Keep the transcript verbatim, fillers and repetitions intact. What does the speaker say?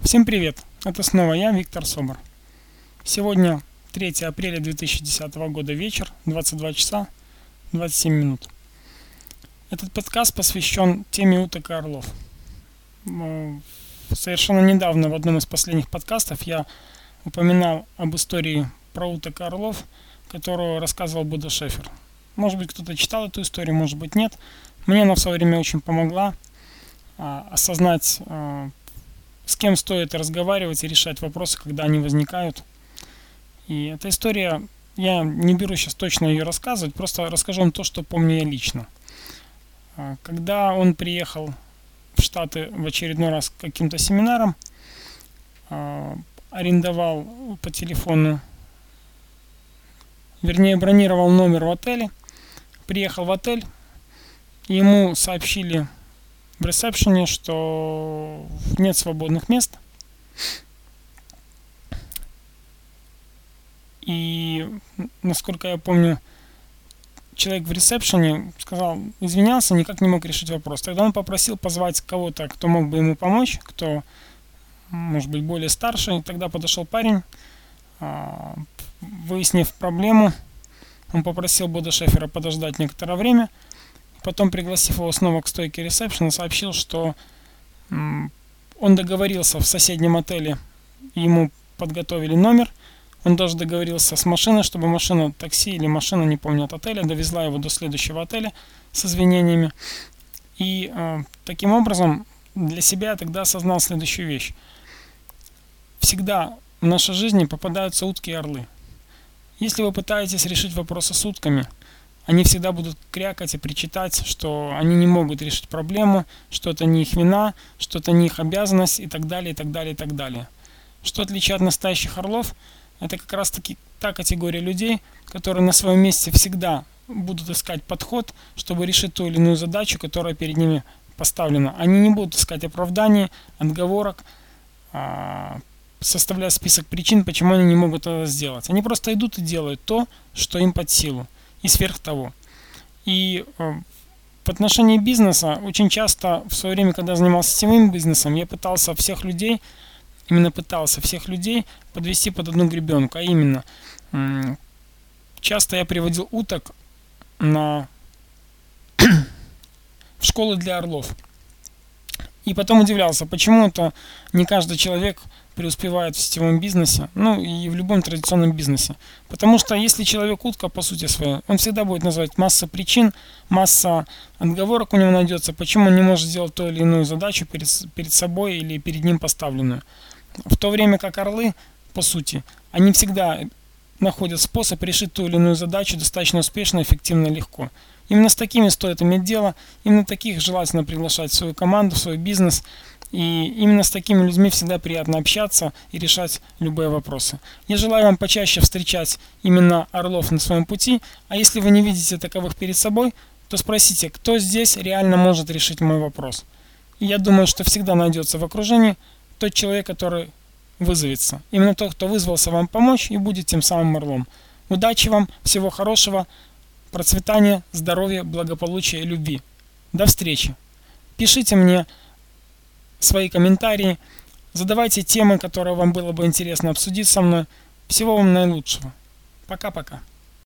Всем привет! Это снова я, Виктор Собор. Сегодня третье апреля две тысячи десятого года, вечер, двадцать два часа двадцать семь минут. Этот подкаст посвящен теме уток и орлов. Совершенно недавно в одном из последних подкастов я упоминал об истории про уток и орлов, которую рассказывал Будда Шефер. Может быть, кто-то читал эту историю, может быть, нет. Мне она в свое время очень помогла а, осознать, а, с кем стоит разговаривать и решать вопросы, когда они возникают. И эта история, я не беру сейчас точно ее рассказывать, просто расскажу вам то, что помню я лично. А, когда он приехал в Штаты в очередной раз к каким-то семинарам, а, арендовал по телефону, вернее, бронировал номер в отеле, приехал в отель, и ему сообщили в ресепшене, что нет свободных мест. И, насколько я помню, человек в ресепшене сказал, извинялся, никак не мог решить вопрос. Тогда он попросил позвать кого-то, кто мог бы ему помочь, кто, может быть, более старший. Тогда подошел парень, выяснив проблему, он попросил Будда Шефера подождать некоторое время. Потом, пригласив его снова к стойке ресепшена, сообщил, что м, он договорился в соседнем отеле, ему подготовили номер. Он даже договорился с машиной, чтобы машина такси или машина, не помню, от отеля, довезла его до следующего отеля с извинениями. И э, таким образом для себя я тогда осознал следующую вещь. Всегда в нашей жизни попадаются утки и орлы. Если вы пытаетесь решить вопросы с утками, они всегда будут крякать и причитать, что они не могут решить проблему, что это не их вина, что это не их обязанность и так далее, и так далее, и так далее. Что отличает настоящих орлов? Это как раз таки та категория людей, которые на своем месте всегда будут искать подход, чтобы решить ту или иную задачу, которая перед ними поставлена. Они не будут искать оправданий, отговорок, составляя список причин, почему они не могут это сделать. Они просто идут и делают то, что им под силу. И сверх того. И э, в отношении бизнеса очень часто в свое время, когда я занимался сетевым бизнесом, я пытался всех людей, именно пытался всех людей подвести под одну гребенку. А именно, э, часто я приводил уток на в школы для орлов. И потом удивлялся, почему это не каждый человек преуспевает в сетевом бизнесе, ну и в любом традиционном бизнесе. Потому что если человек утка по сути своей, он всегда будет называть масса причин, масса отговорок у него найдется, почему он не может сделать ту или иную задачу перед, перед собой или перед ним поставленную. В то время как орлы, по сути, они всегда находят способ решить ту или иную задачу достаточно успешно, эффективно, легко. Именно с такими стоит иметь дело, именно таких желательно приглашать в свою команду, в свой бизнес. И именно с такими людьми всегда приятно общаться и решать любые вопросы. Я желаю вам почаще встречать именно орлов на своем пути, а если вы не видите таковых перед собой, то спросите, кто здесь реально может решить мой вопрос. И я думаю, что всегда найдется в окружении тот человек, который вызовется. Именно тот, кто вызвался вам помочь и будет тем самым орлом. Удачи вам, всего хорошего, процветания, здоровья, благополучия и любви. До встречи. Пишите мне свои комментарии, задавайте темы, которые вам было бы интересно обсудить со мной. Всего вам наилучшего. Пока-пока.